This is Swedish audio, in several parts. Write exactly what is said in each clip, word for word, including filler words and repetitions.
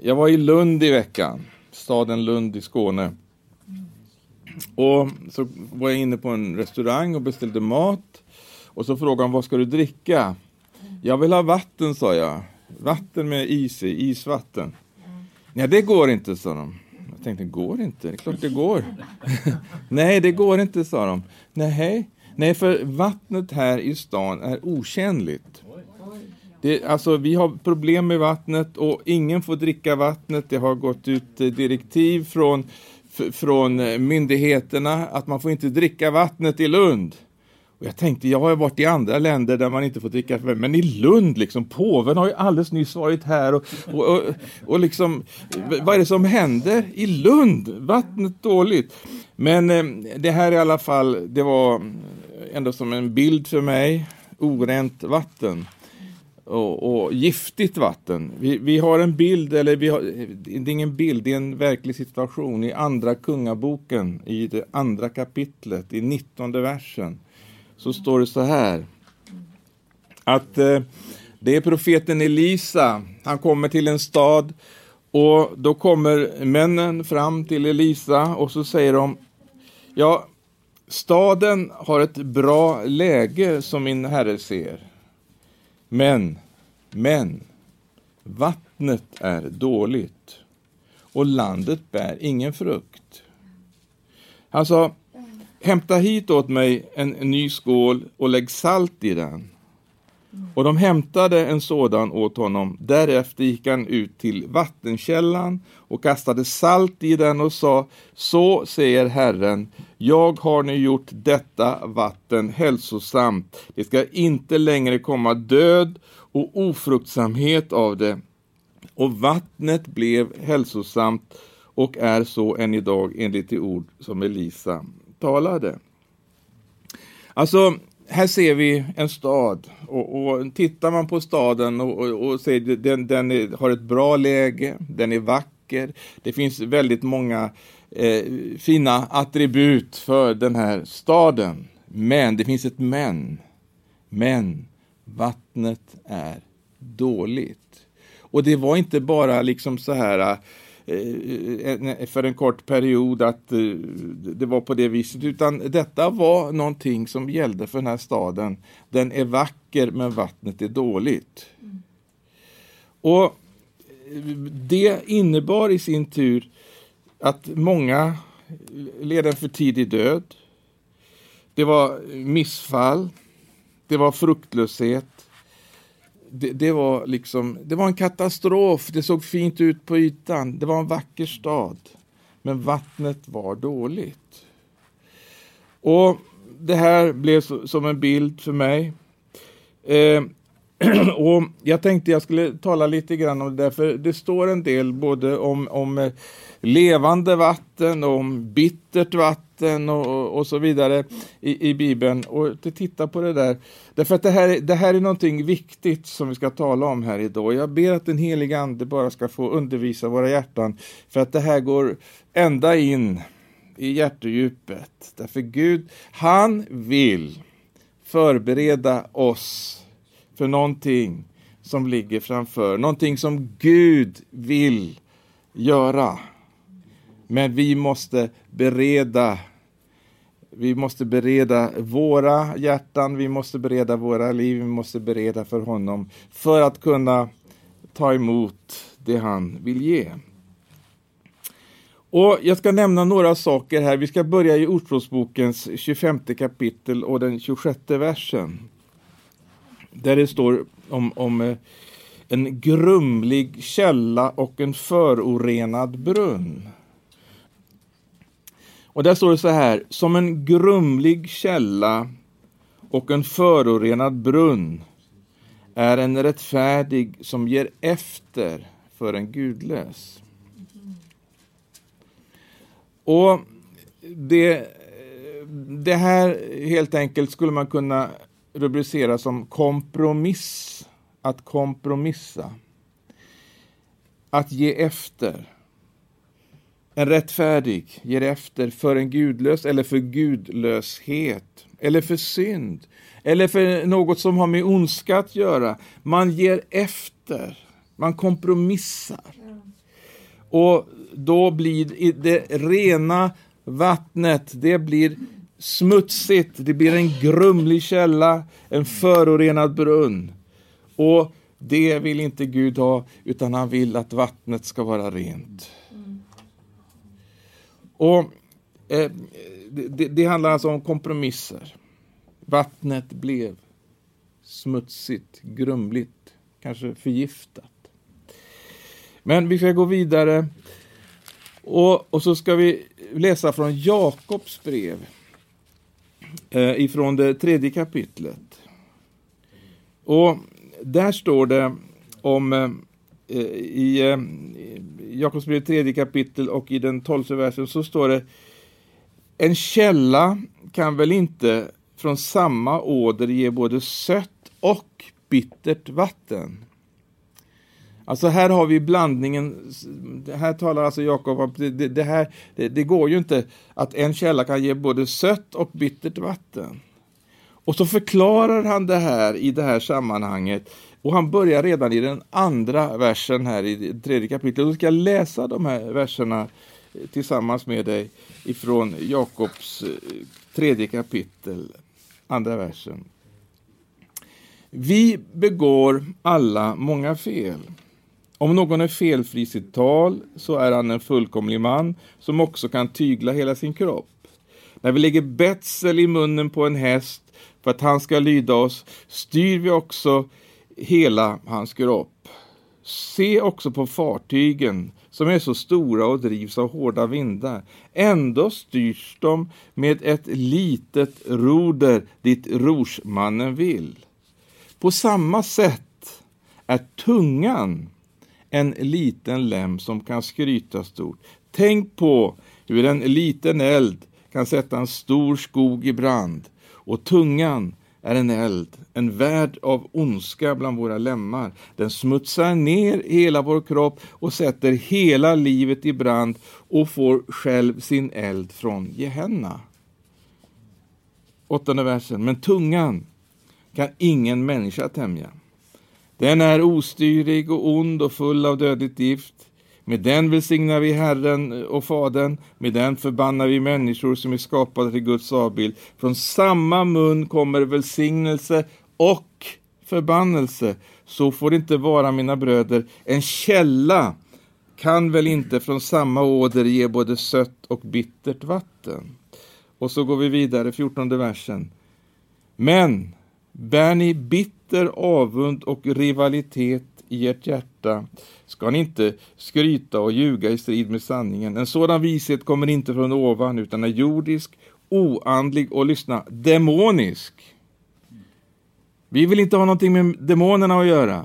Jag var i Lund i veckan, staden Lund i Skåne. Och så var jag inne på en restaurang och beställde mat. Och så frågade han, vad ska du dricka? Jag vill ha vatten, sa jag. Vatten med is i, isvatten. Nej, det går inte, sa de. Jag tänkte, går inte? Det är klart det går. Nej, det går inte, sa de. Nej, nej, för vattnet här i stan är otjänligt. Det, alltså, vi har problem med vattnet och ingen får dricka vattnet. Det har gått ut direktiv från, f- från myndigheterna att man får inte dricka vattnet i Lund. Och jag tänkte, jag har varit i andra länder där man inte får dricka, men i Lund liksom, påven har ju alldeles nyss varit här och, och, och, och liksom, vad är det som händer i Lund? Vattnet dåligt. Men eh, det här i alla fall, det var ändå som en bild för mig, orent vatten och, och giftigt vatten. Vi, vi har en bild, eller vi har, det är ingen bild, det är en verklig situation i andra kungaboken, i det andra kapitlet, i nittonde versen. Så står det så här, att eh, det är profeten Elisa, han kommer till en stad och då kommer männen fram till Elisa och så säger de, ja, staden har ett bra läge som min herre ser, men, men, vattnet är dåligt och landet bär ingen frukt. Han sa, hämta hit åt mig en ny skål och lägg salt i den. Och de hämtade en sådan åt honom. Därefter gick han ut till vattenkällan och kastade salt i den och sa, så säger Herren, jag har nu gjort detta vatten hälsosamt. Det ska inte längre komma död och ofruktsamhet av det. Och vattnet blev hälsosamt och är så än idag enligt det ord som Elisa talade. Alltså, här ser vi en stad och, och tittar man på staden och, och, och ser den, den är, har ett bra läge, den är vacker, det finns väldigt många eh, fina attribut för den här staden, men det finns ett men, men vattnet är dåligt. Och det var inte bara liksom så här för en kort period att det var på det viset, utan detta var någonting som gällde för den här staden. Den är vacker men vattnet är dåligt. Mm. Och det innebar i sin tur att många led en för tidig död. Det var missfall, det var fruktlöshet. Det, det var liksom, det var en katastrof. Det såg fint ut på ytan. Det var en vacker stad. Men vattnet var dåligt. Och det här blev så, som en bild för mig. Eh, och jag tänkte jag skulle tala lite grann om det. För det står en del både om, om levande vatten och om bittert vatten och, och så vidare i, i Bibeln. Och titta på det där. Därför att det här, det här är någonting viktigt som vi ska tala om här idag. Jag ber att den heliga ande bara ska få undervisa våra hjärtan. För att det här går ända in i hjärtedjupet. Därför Gud, han vill förbereda oss för någonting som ligger framför. Någonting som Gud vill göra. Men vi måste bereda Vi måste bereda våra hjärtan, vi måste bereda våra liv, vi måste bereda för honom för att kunna ta emot det han vill ge. Och jag ska nämna några saker här. Vi ska börja i Ordspråksbokens tjugofemte kapitel och den tjugosjätte versen. Där det står om, om en grumlig källa och en förorenad brunn. Och där står det så här, som en grumlig källa och en förorenad brunn är en rättfärdig som ger efter för en gudlös. Och det, det här helt enkelt skulle man kunna rubricera som kompromiss, att kompromissa, att ge efter. En rättfärdig ger efter för en gudlös eller för gudlöshet eller för synd eller för något som har med ondska att göra. Man ger efter, man kompromissar. Och då blir det rena vattnet, det blir smutsigt, det blir en grumlig källa, en förorenad brunn. Och det vill inte Gud ha, utan han vill att vattnet ska vara rent. Mm. Och eh, det, det handlar alltså om kompromisser. Vattnet blev smutsigt, grumligt, kanske förgiftat. Men vi ska gå vidare. Och, och så ska vi läsa från Jakobs brev. Eh, ifrån det tredje kapitlet. Och där står det om eh, i eh, Jakobs brev tredje kapitel och i den tolfte versen så står det: en källa kan väl inte från samma åder ge både sött och bittert vatten. Alltså här har vi blandningen, här talar alltså Jakob om det, det, det här, det, det går ju inte att en källa kan ge både sött och bittert vatten. Och så förklarar han det här i det här sammanhanget. Och han börjar redan i den andra versen här i det tredje kapitlet. Och ska jag läsa de här verserna tillsammans med dig ifrån Jakobs tredje kapitel, andra versen. Vi begår alla många fel. Om någon är felfri i sitt tal så är han en fullkomlig man som också kan tygla hela sin kropp. När vi lägger betsel i munnen på en häst för att han ska lyda oss, styr vi också hela hans kropp. Se också på fartygen som är så stora och drivs av hårda vindar. Ändå styrs de med ett litet roder dit rorsmannen vill. På samma sätt är tungan en liten lem som kan skryta stort. Tänk på hur en liten eld kan sätta en stor skog i brand. Och tungan är en eld, en värld av ondska bland våra lemmar. Den smutsar ner hela vår kropp och sätter hela livet i brand och får själv sin eld från Gehenna. Åttonde versen. Men tungan kan ingen människa tämja. Den är ostyrig och ond och full av dödligt gift. Med den välsignar vi Herren och Fadern. Med den förbannar vi människor som är skapade till Guds avbild. Från samma mun kommer välsignelse och förbannelse. Så får det inte vara, mina bröder. En källa kan väl inte från samma åder ge både sött och bittert vatten. Och så går vi vidare, fjortonde versen. Men bär ni bitter avund och rivalitet i ert hjärta, ska ni inte skryta och ljuga i strid med sanningen. En sådan vishet kommer inte från ovan, utan är jordisk, oandlig och, lyssna, demonisk. Vi vill inte ha någonting med demonerna att göra.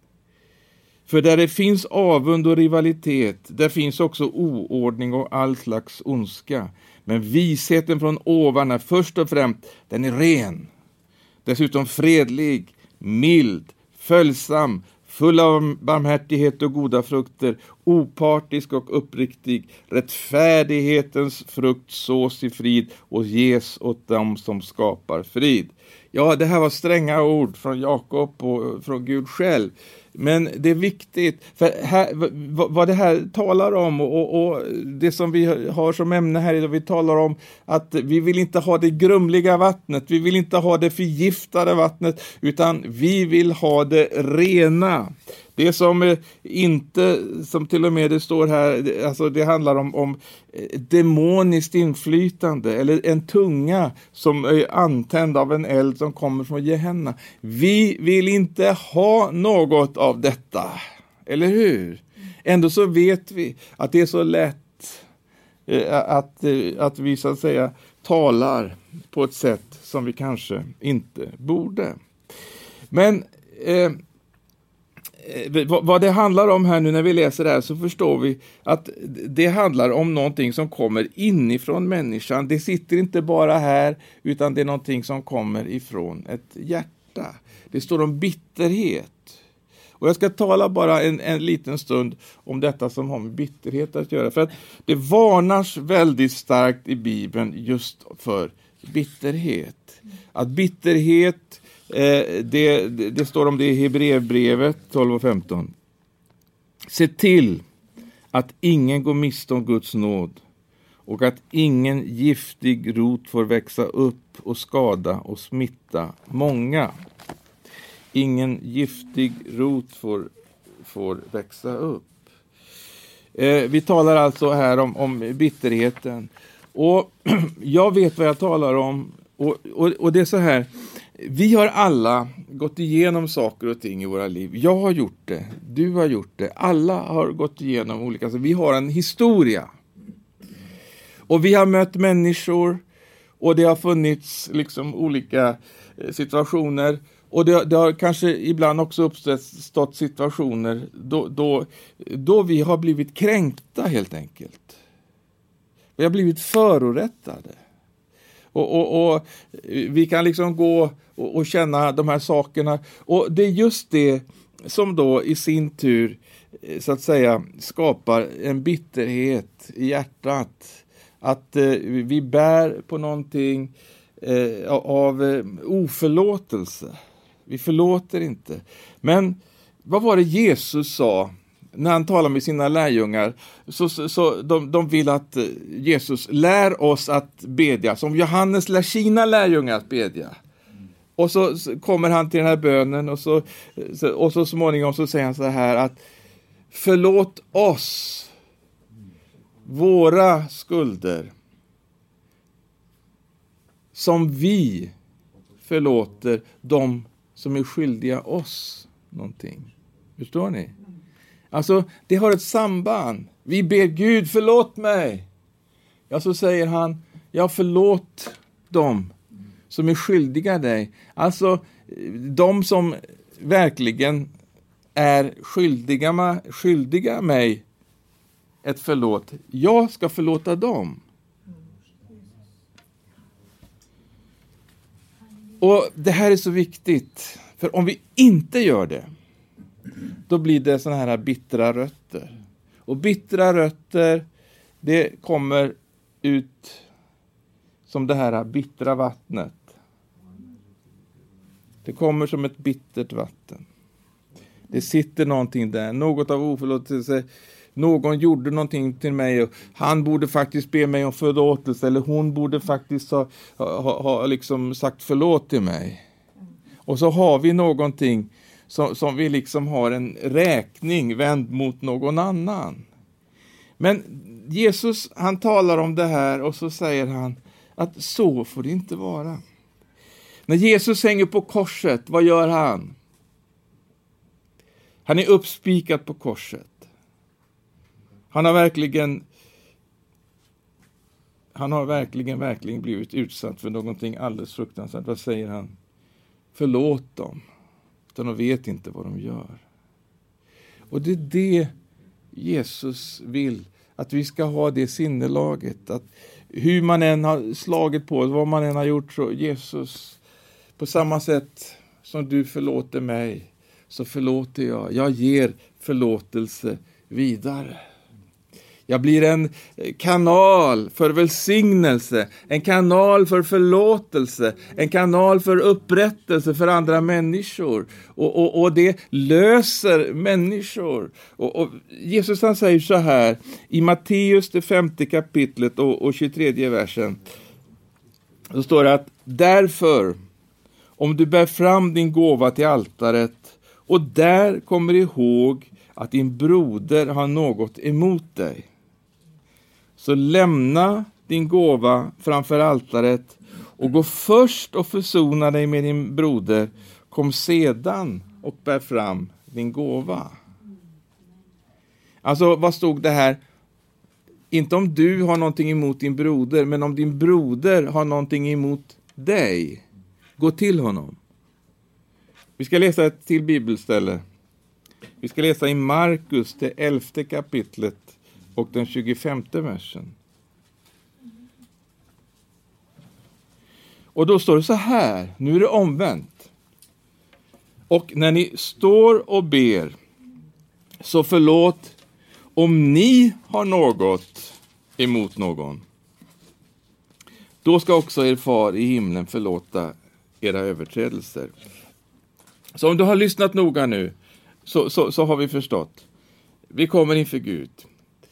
För där det finns avund och rivalitet, där finns också oordning och all slags ondska. Men visheten från ovan är först och främst, den är ren. Dessutom fredlig, mild, följsam, full av barmhärtighet och goda frukter, opartisk och uppriktig. Rättfärdighetens frukt sås i frid och ges åt dem som skapar frid. Ja, det här var stränga ord från Jakob och från Gud själv. Men det är viktigt, för här, vad det här talar om och, och, och det som vi har som ämne här idag, vi talar om att vi vill inte ha det grumliga vattnet, vi vill inte ha det förgiftade vattnet, utan vi vill ha det rena. Det som inte, som till och med det står här, alltså det handlar om, om demoniskt inflytande eller en tunga som är antänd av en eld som kommer från Gehenna. Vi vill inte ha något av detta, eller hur? Ändå så vet vi att det är så lätt att, att vi så att säga talar på ett sätt som vi kanske inte borde. Men eh, vad det handlar om här nu när vi läser det här, så förstår vi att det handlar om någonting som kommer inifrån människan. Det sitter inte bara här, utan det är någonting som kommer ifrån ett hjärta. Det står om bitterhet. Och jag ska tala bara en, en liten stund om detta som har med bitterhet att göra. För att det varnas väldigt starkt i Bibeln just för bitterhet. Att bitterhet, eh, det, det står om det i Hebreerbrevet tolv och femton. Se till att ingen går miste om Guds nåd och att ingen giftig rot får växa upp och skada och smitta många. Ingen giftig rot får, får växa upp. Eh, vi talar alltså här om, om bitterheten. Och jag vet vad jag talar om. Och, och, och det är så här. Vi har alla gått igenom saker och ting i våra liv. Jag har gjort det. Du har gjort det. Alla har gått igenom olika. Alltså vi har en historia. Och vi har mött människor. Och det har funnits liksom olika situationer. Och det, det har kanske ibland också uppstått situationer då, då, då vi har blivit kränkta helt enkelt. Vi har blivit förorättade. Och, och, och vi kan liksom gå och, och känna de här sakerna. Och det är just det som då i sin tur så att säga skapar en bitterhet i hjärtat. Att eh, vi bär på någonting eh, av eh, oförlåtelse. Vi förlåter inte. Men vad var det Jesus sa när han talade med sina lärjungar? Så, så, så de, de vill att Jesus lär oss att bedja. Som Johannes lär sina lärjungar att bedja. Och så, så kommer han till den här bönen. Och så, så, och så småningom så säger han så här att förlåt oss våra skulder som vi förlåter dem som är skyldiga oss någonting. Förstår ni? Alltså, det har ett samband. Vi ber Gud, förlåt mig. Ja, så säger han, ja, förlåt dem som är skyldiga dig. Alltså, de som verkligen är skyldiga, skyldiga mig ett förlåt. Jag ska förlåta dem. Och det här är så viktigt. För om vi inte gör det, då blir det såna här bittra rötter. Och bittra rötter, det kommer ut som det här bittra vattnet. Det kommer som ett bittert vatten. Det sitter någonting där. Något av oförlåtelse. Någon gjorde någonting till mig och han borde faktiskt be mig om förlåtelse. Eller hon borde faktiskt ha, ha, ha liksom sagt förlåt till mig. Och så har vi någonting som, som vi liksom har en räkning vänd mot någon annan. Men Jesus, han talar om det här och så säger han att så får det inte vara. När Jesus hänger på korset, vad gör han? Han är uppspikad på korset. Han har verkligen han har verkligen, verkligen blivit utsatt för någonting alldeles fruktansvärt. Vad säger han? Förlåt dem. Utan de vet inte vad de gör. Och det är det Jesus vill. Att vi ska ha det sinnelaget. Att hur man än har slagit på oss, vad man än har gjort, så Jesus, på samma sätt som du förlåter mig, så förlåter jag. Jag ger förlåtelse vidare. Jag blir en kanal för välsignelse, en kanal för förlåtelse, en kanal för upprättelse för andra människor. Och, och, och det löser människor. Och, och Jesus, han säger så här i Matteus det femte kapitlet och, och tjugotredje versen. Så står det att därför, om du bär fram din gåva till altaret och där kommer ihåg att din broder har något emot dig, så lämna din gåva framför altaret och gå först och försona dig med din broder. Kom sedan och bär fram din gåva. Alltså, vad stod det här? Inte om du har någonting emot din broder, men om din broder har någonting emot dig. Gå till honom. Vi ska läsa ett till bibelställe. Vi ska läsa i Markus, det elfte kapitlet och den tjugofemte versen. Och då står det så här, nu är det omvänt. Och när ni står och ber, så förlåt om ni har något emot någon. Då ska också er far i himlen förlåta era överträdelser. Så om du har lyssnat noga nu, så, så, så har vi förstått. Vi kommer inför Gud.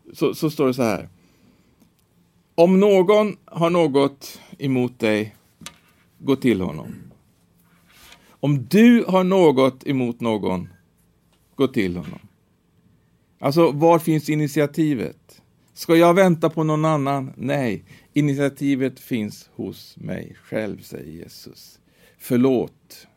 så, så står det så här. Om någon har något emot dig, gå till honom. Om du har något emot någon, gå till honom. Alltså, var finns initiativet? Ska jag vänta på någon annan? Nej, initiativet finns hos mig själv, säger Jesus. Förlåt.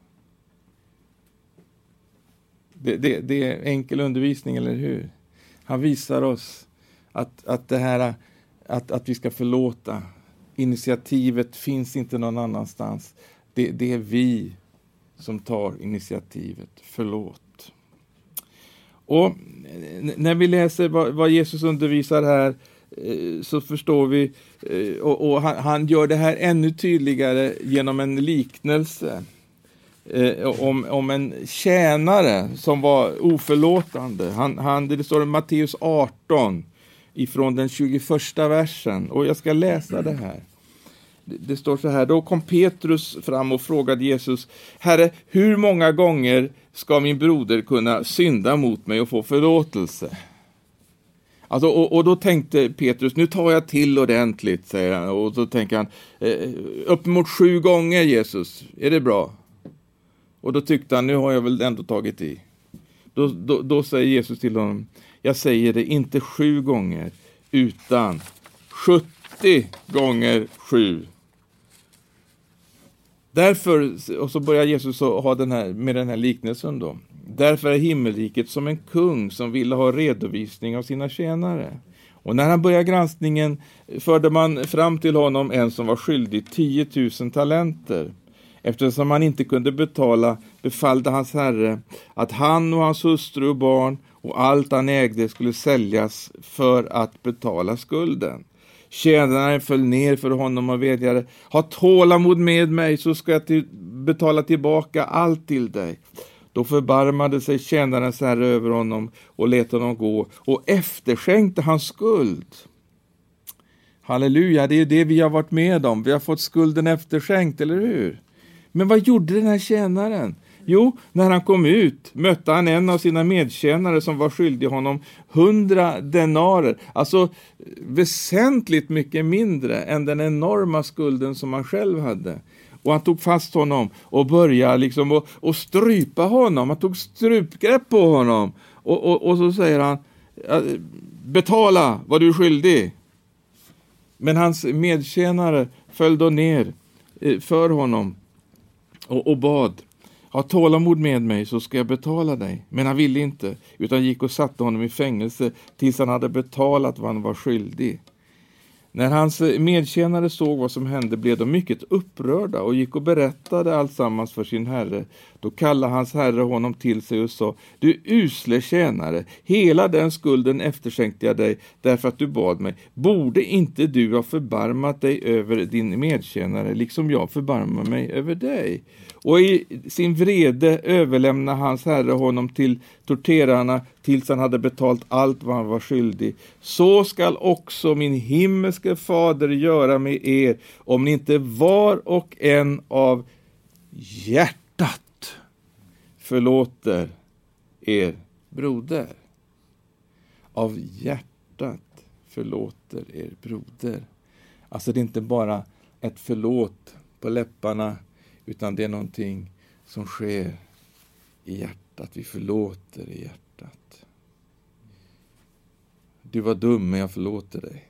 Det, det, det är enkel undervisning, eller hur? Han visar oss att, att, det här, att, att vi ska förlåta. Initiativet finns inte någon annanstans. Det, det är vi som tar initiativet. Förlåt. Och när vi läser vad, vad Jesus undervisar här, så förstår vi, och, och han, han gör det här ännu tydligare genom en liknelse eh, om, om en tjänare som var oförlåtande. Han, han, det står i Matteus arton ifrån den tjugoförsta versen, och jag ska läsa det här. Det, det står så här: då kom Petrus fram och frågade Jesus: Herre, hur många gånger ska min broder kunna synda mot mig och få förlåtelse? Alltså, och, och då tänkte Petrus, nu tar jag till ordentligt, säger han. Och så tänker han, eh, upp mot sju gånger, Jesus, är det bra? Och då tyckte han, nu har jag väl ändå tagit i. Då, då, då säger Jesus till honom, jag säger det inte sju gånger, utan sjuttio gånger sju. Därför, och så börjar Jesus ha den här, med den här liknelsen då. Därför är himmelriket som en kung som ville ha redovisning av sina tjänare. Och när han började granskningen förde man fram till honom en som var skyldig tio tusen talenter. Eftersom han inte kunde betala befallde hans herre att han och hans hustru och barn och allt han ägde skulle säljas för att betala skulden. Tjänaren föll ner för honom och vädjade: ha tålamod med mig, så ska jag till, betala tillbaka allt till dig. Då förbarmade sig tjänarens herre över honom och lät honom gå och efterskänkte hans skuld. Halleluja, det är det vi har varit med om. Vi har fått skulden efterskänkt, eller hur? Men vad gjorde den här tjänaren? Jo, när han kom ut mötte han en av sina medtjänare som var skyldig honom hundra denarer. Alltså väsentligt mycket mindre än den enorma skulden som han själv hade. Och han tog fast honom och började liksom och, och strypa honom. Han tog strupgrepp på honom. Och, och, och så säger han: betala vad du är skyldig. Men hans medtjänare föll då ner för honom och, och bad: ha tålamod med mig, så ska jag betala dig. Men han ville inte, utan gick och satte honom i fängelse tills han hade betalat vad han var skyldig. När hans medtjänare såg vad som hände blev de mycket upprörda och gick och berättade alltsammans för sin herre. Då kallade hans herre honom till sig och sa: du usle tjänare, hela den skulden efterskänkte jag dig därför att du bad mig. Borde inte du ha förbarmat dig över din medtjänare liksom jag förbarmar mig över dig? Och i sin vrede överlämnade hans herre honom till torterarna tills han hade betalt allt vad han var skyldig. Så skall också min himmelske fader göra med er, om ni inte var och en av hjärtat förlåter er broder. Av hjärtat förlåter er broder. Alltså det är inte bara ett förlåt på läpparna, utan det är någonting som sker i hjärtat. Vi förlåter i hjärtat. Du var dum, men jag förlåter dig.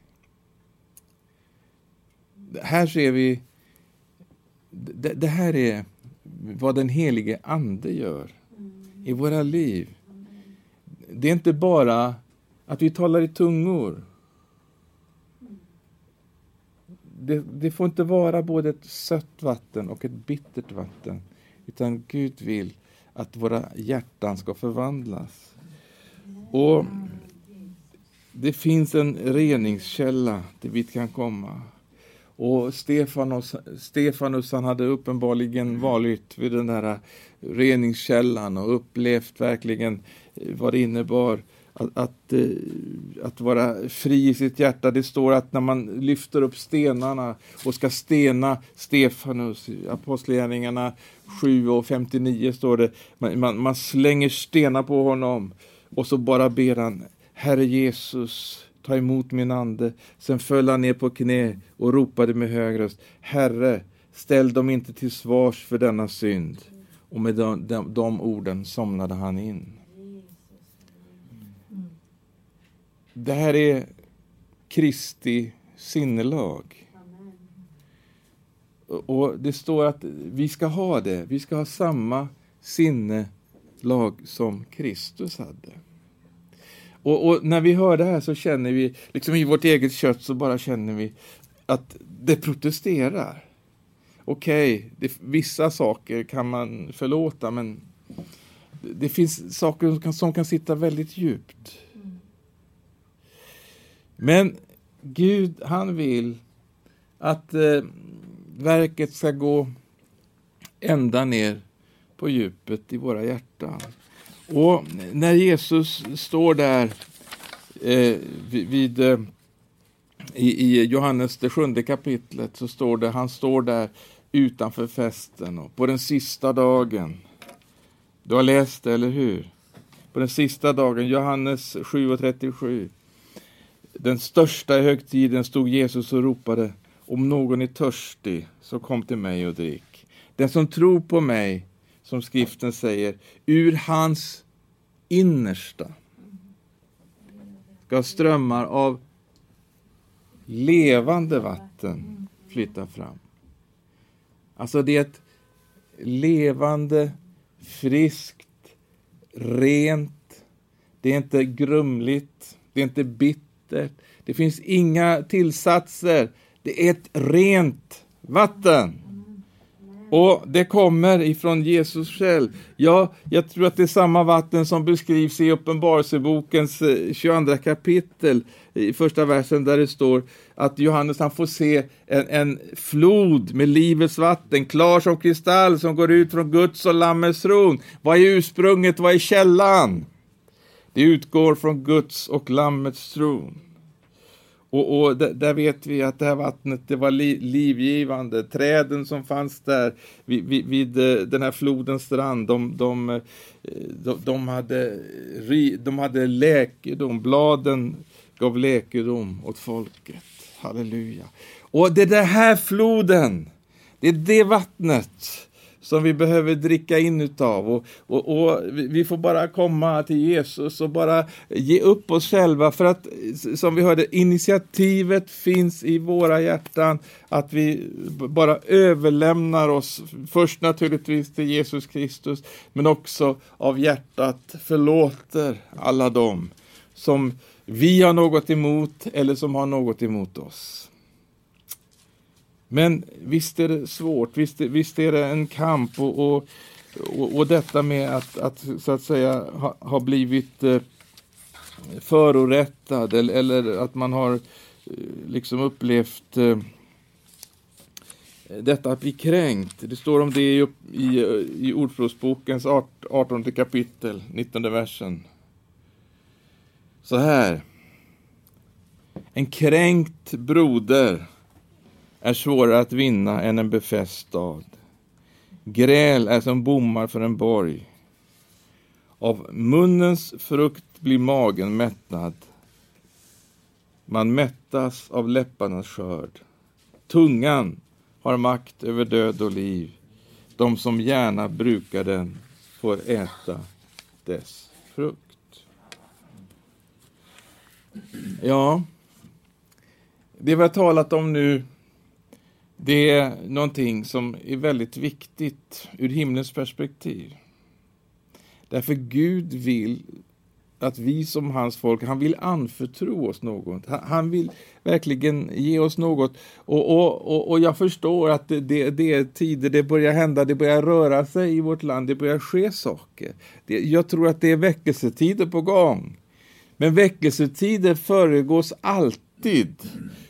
Här ser vi, det, det här är vad den helige ande gör i våra liv. Det är inte bara att vi talar i tungor. Det, det får inte vara både ett sött vatten och ett bittert vatten. Utan Gud vill att våra hjärtan ska förvandlas. Och det finns en reningskälla där vi kan komma. Och Stefanus, Stefanus han hade uppenbarligen varit vid den här reningskällan och upplevt verkligen vad det innebar att, att, att vara fri i sitt hjärta. Det står att när man lyfter upp stenarna och ska stena Stefanus, i Apostlagärningarna sju och femtionio står det, man, man, man slänger stenar på honom och så bara ber han: Herre Jesus, ta emot min ande. Sen föll han ner på knä och ropade med hög röst: Herre, ställ dem inte till svars för denna synd. Och med de, de, de orden somnade han in. Det här är Kristi sinnelag. Och det står att vi ska ha det. Vi ska ha samma sinnelag som Kristus hade. Och, och när vi hör det här så känner vi, liksom i vårt eget kött så bara känner vi att det protesterar. Okej, okay, vissa saker kan man förlåta, men det finns saker som kan, som kan sitta väldigt djupt. Men Gud, han vill att eh, verket ska gå ända ner på djupet i våra hjärtan. Och när Jesus står där eh, vid, vid eh, i, i Johannes det sjunde kapitlet, så står det, han står där utanför festen och på den sista dagen. Du har läst det, eller hur? På den sista dagen, Johannes sju och trettiosju. Den största högtiden stod Jesus och ropade: om någon är törstig, så kom till mig och drick. Den som tror på mig, som skriften säger, ur hans innersta ska strömmar av levande vatten flytta fram. Alltså det är ett levande, friskt, rent. Det är inte grumligt, det är inte bittert. Det finns inga tillsatser. Det är ett rent vatten. Och det kommer ifrån Jesus själv. Ja, jag tror att det är samma vatten som beskrivs i Uppenbarelsebokens tjugoandra kapitel. I första versen där det står att Johannes, han får se en, en flod med livets vatten. Klar som kristall som går ut från Guds och Lammets tron. Vad är ursprunget? Vad är källan? Det utgår från Guds och Lammets tron. Och, och där, där vet vi att det här vattnet, det var li, livgivande. Träden som fanns där vid, vid, vid den här flodens strand, de, de, de, de, hade, de hade läkedom. Bladen gav läkedom åt folket. Halleluja. Och det är den här floden, det är det vattnet som vi behöver dricka in utav. Och, och, och vi får bara komma till Jesus och bara ge upp oss själva. För att, som vi hörde, initiativet finns i våra hjärtan. Att vi bara överlämnar oss först naturligtvis till Jesus Kristus. Men också av hjärtat förlåter alla dem som vi har något emot eller som har något emot oss. Men visst är det svårt, visst, visst är det en kamp och, och, och, och detta med att, att så att säga ha, ha blivit eh, förorättad eller, eller att man har eh, liksom upplevt eh, detta att bli kränkt. Det står om det i, i, i Ordspråksbokens artonde kapitel, nittonde versen. Så här: en kränkt broder är svårare att vinna än en befäst stad. Gräl är som bommar för en borg. Av munnens frukt blir magen mättad. Man mättas av läpparnas skörd. Tungan har makt över död och liv. De som gärna brukar den får äta dess frukt. Ja, det vi har talat om nu, det är någonting som är väldigt viktigt ur himlens perspektiv. Därför Gud vill att vi som hans folk, han vill anförtro oss något. Han vill verkligen ge oss något. Och, och, och, och jag förstår att det, det, det är tider, det börjar hända, det börjar röra sig i vårt land, det börjar ske saker. Det, jag tror att det är väckelsetider på gång. Men väckelsetider föregås alltid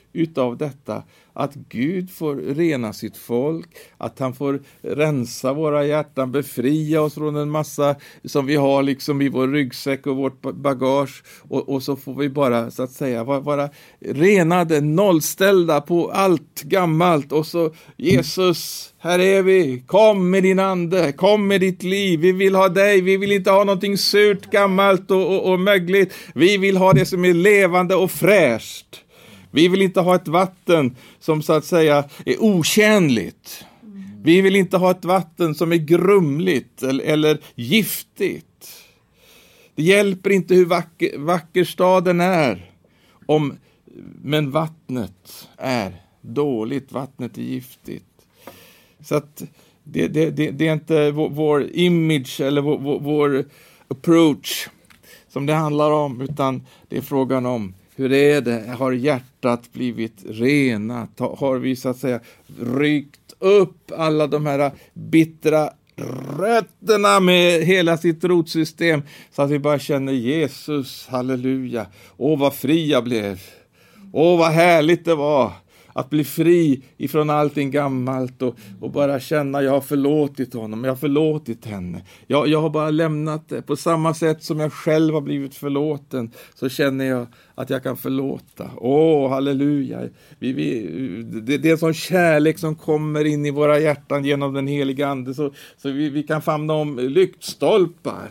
utav detta. Att Gud får rena sitt folk, att han får rensa våra hjärtan, befria oss från en massa som vi har liksom i vår ryggsäck och vårt bagage. Och, och så får vi bara så att säga vara, vara renade, nollställda på allt gammalt. Och så Jesus, här är vi, kom med din ande, kom med ditt liv, vi vill ha dig, vi vill inte ha någonting surt, gammalt och, och, och mögligt, vi vill ha det som är levande och fräscht. Vi vill inte ha ett vatten som så att säga är otjänligt. Vi vill inte ha ett vatten som är grumligt eller, eller giftigt. Det hjälper inte hur vacker, vacker staden är, om, men vattnet är dåligt, vattnet är giftigt. Så att det, det, det, det är inte vår, vår image eller vår, vår, vår approach som det handlar om, utan det är frågan om hur är det? Har hjärtat blivit renat? Har vi så att säga ryckt upp alla de här bittra rötterna med hela sitt rotsystem så att vi bara känner Jesus, halleluja. Åh, vad fri jag blev. Åh, vad härligt det var att bli fri ifrån allting gammalt och, och bara känna jag har förlåtit honom, jag har förlåtit henne. Jag, jag har bara lämnat det. På samma sätt som jag själv har blivit förlåten så känner jag att jag kan förlåta. Åh, halleluja. Vi, vi, det, det är en sån kärlek som kommer in i våra hjärtan genom den heliga ande så, så vi, vi kan famna om lyktstolpar.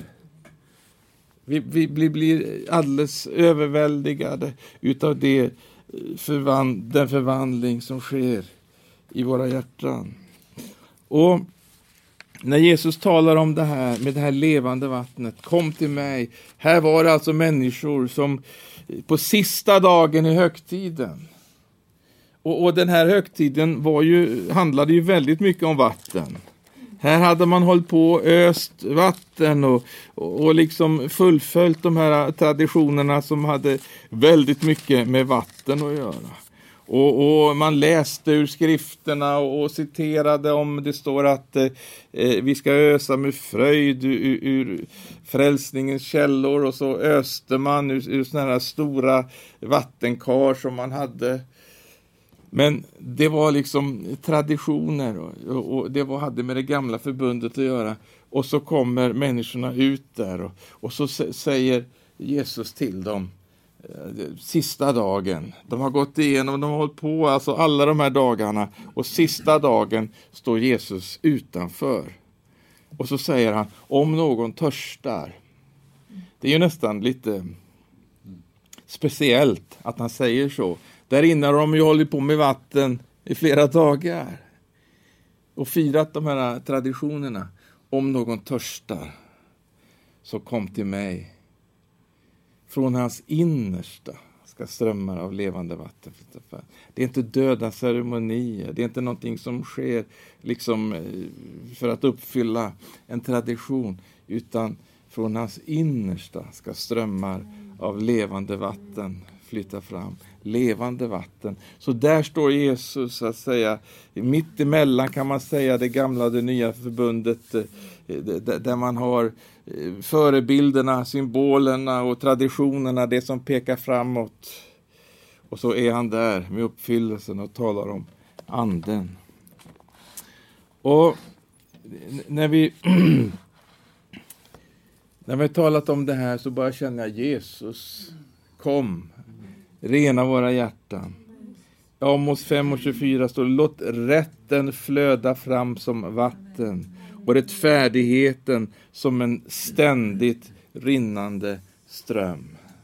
Vi, vi blir, blir alldeles överväldigade utav det Förvand, den förvandling som sker i våra hjärtan. Och när Jesus talar om det här med det här levande vattnet, kom till mig. Här var det alltså människor som på sista dagen i högtiden. Och, och den här högtiden var ju, handlade ju väldigt mycket om vatten. Här hade man hållit på öst vatten och, och, och liksom fullföljt de här traditionerna som hade väldigt mycket med vatten att göra. Och, och man läste ur skrifterna och, och citerade om det står att eh, vi ska ösa med fröjd ur, ur frälsningens källor, och så öste man ur, ur såna här stora vattenkar som man hade. Men det var liksom traditioner och, och det var, hade med det gamla förbundet att göra. Och så kommer människorna ut där och, och så säger Jesus till dem eh, sista dagen. De har gått igenom, de har hållit på alltså alla de här dagarna, och sista dagen står Jesus utanför. Och så säger han, om någon törstar. Det är ju nästan lite speciellt att han säger så. Där inne har de ju hållit på med vatten i flera dagar och firat de här traditionerna. Om någon törstar så kom till mig. Från hans innersta ska strömmar av levande vatten. Det är inte döda ceremonier. Det är inte någonting som sker liksom för att uppfylla en tradition. Utan från hans innersta ska strömmar av levande vatten flytta fram. Levande vatten. Så där står Jesus så att säga mitt emellan, kan man säga, det gamla och det nya förbundet, där man har förebilderna, symbolerna och traditionerna, det som pekar framåt. Och så är han där med uppfyllelsen och talar om anden. Och när vi när vi har talat om det här så bara känner jag, Jesus, kom. Rena våra hjärtan. Amos fem och tjugofyra står, låt rätten flöda fram som vatten och rättfärdigheten som en ständigt rinnande ström.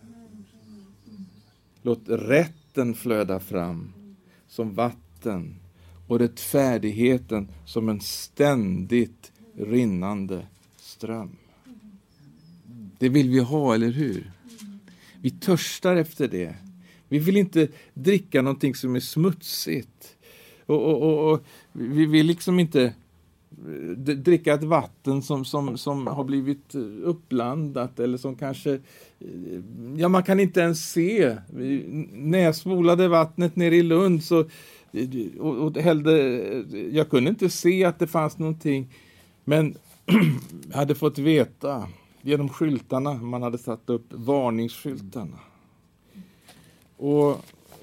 Låt rätten flöda fram som vatten och rättfärdigheten som en ständigt rinnande ström. Det vill vi ha, eller hur? Vi törstar efter det. Vi vill inte dricka någonting som är smutsigt. Och, och, och, och vi vill liksom inte dricka ett vatten som, som, som har blivit uppblandat. Eller som kanske, ja, man kan inte ens se. När jag spolade vattnet ner i Lund så och, och hällde, jag kunde inte se att det fanns någonting. Men jag hade fått veta genom skyltarna, man hade satt upp varningsskyltarna. Och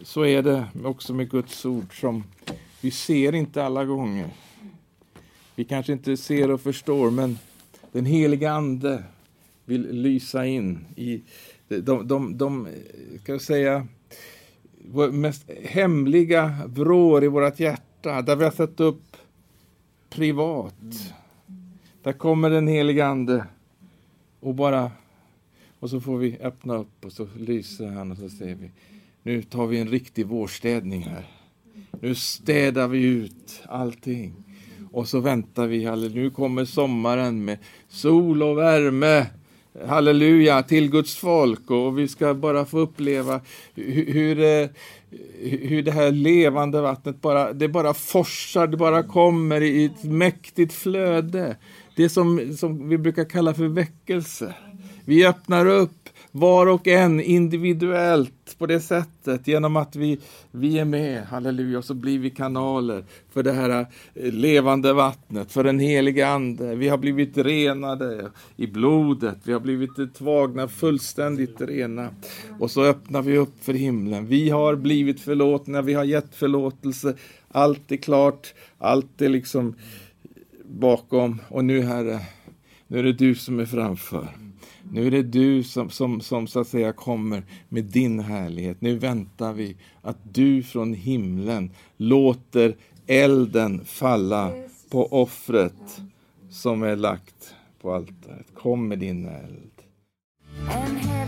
så är det också med Guds ord som vi ser inte alla gånger. Vi kanske inte ser och förstår, men den heliga ande vill lysa in i de, de, de kan jag säga, mest hemliga vrår i vårt hjärta, där vi har satt upp privat. Där kommer den heliga ande och bara, och så får vi öppna upp och så lyser han och så säger vi, nu tar vi en riktig vårstädning här. Nu städar vi ut allting. Och så väntar vi, halleluja, nu kommer sommaren med sol och värme. Halleluja, till Guds folk. Och vi ska bara få uppleva hur, hur, hur det här levande vattnet bara, det bara forsar, det bara kommer i ett mäktigt flöde. Det som, som vi brukar kalla för väckelse. Vi öppnar upp var och en individuellt på det sättet genom att vi, vi är med, halleluja, och så blir vi kanaler för det här levande vattnet, för den heliga ande. Vi har blivit renade i blodet, vi har blivit tvagna, fullständigt rena, och så öppnar vi upp för himlen. Vi har blivit förlåtna, vi har gett förlåtelse, allt är klart, allt är liksom bakom, och nu, Herre, nu är det du som är framför. Nu är det du som, som, som så att säga kommer med din härlighet. Nu väntar vi att du från himlen låter elden falla på offret som är lagt på altaret. Kom med din eld.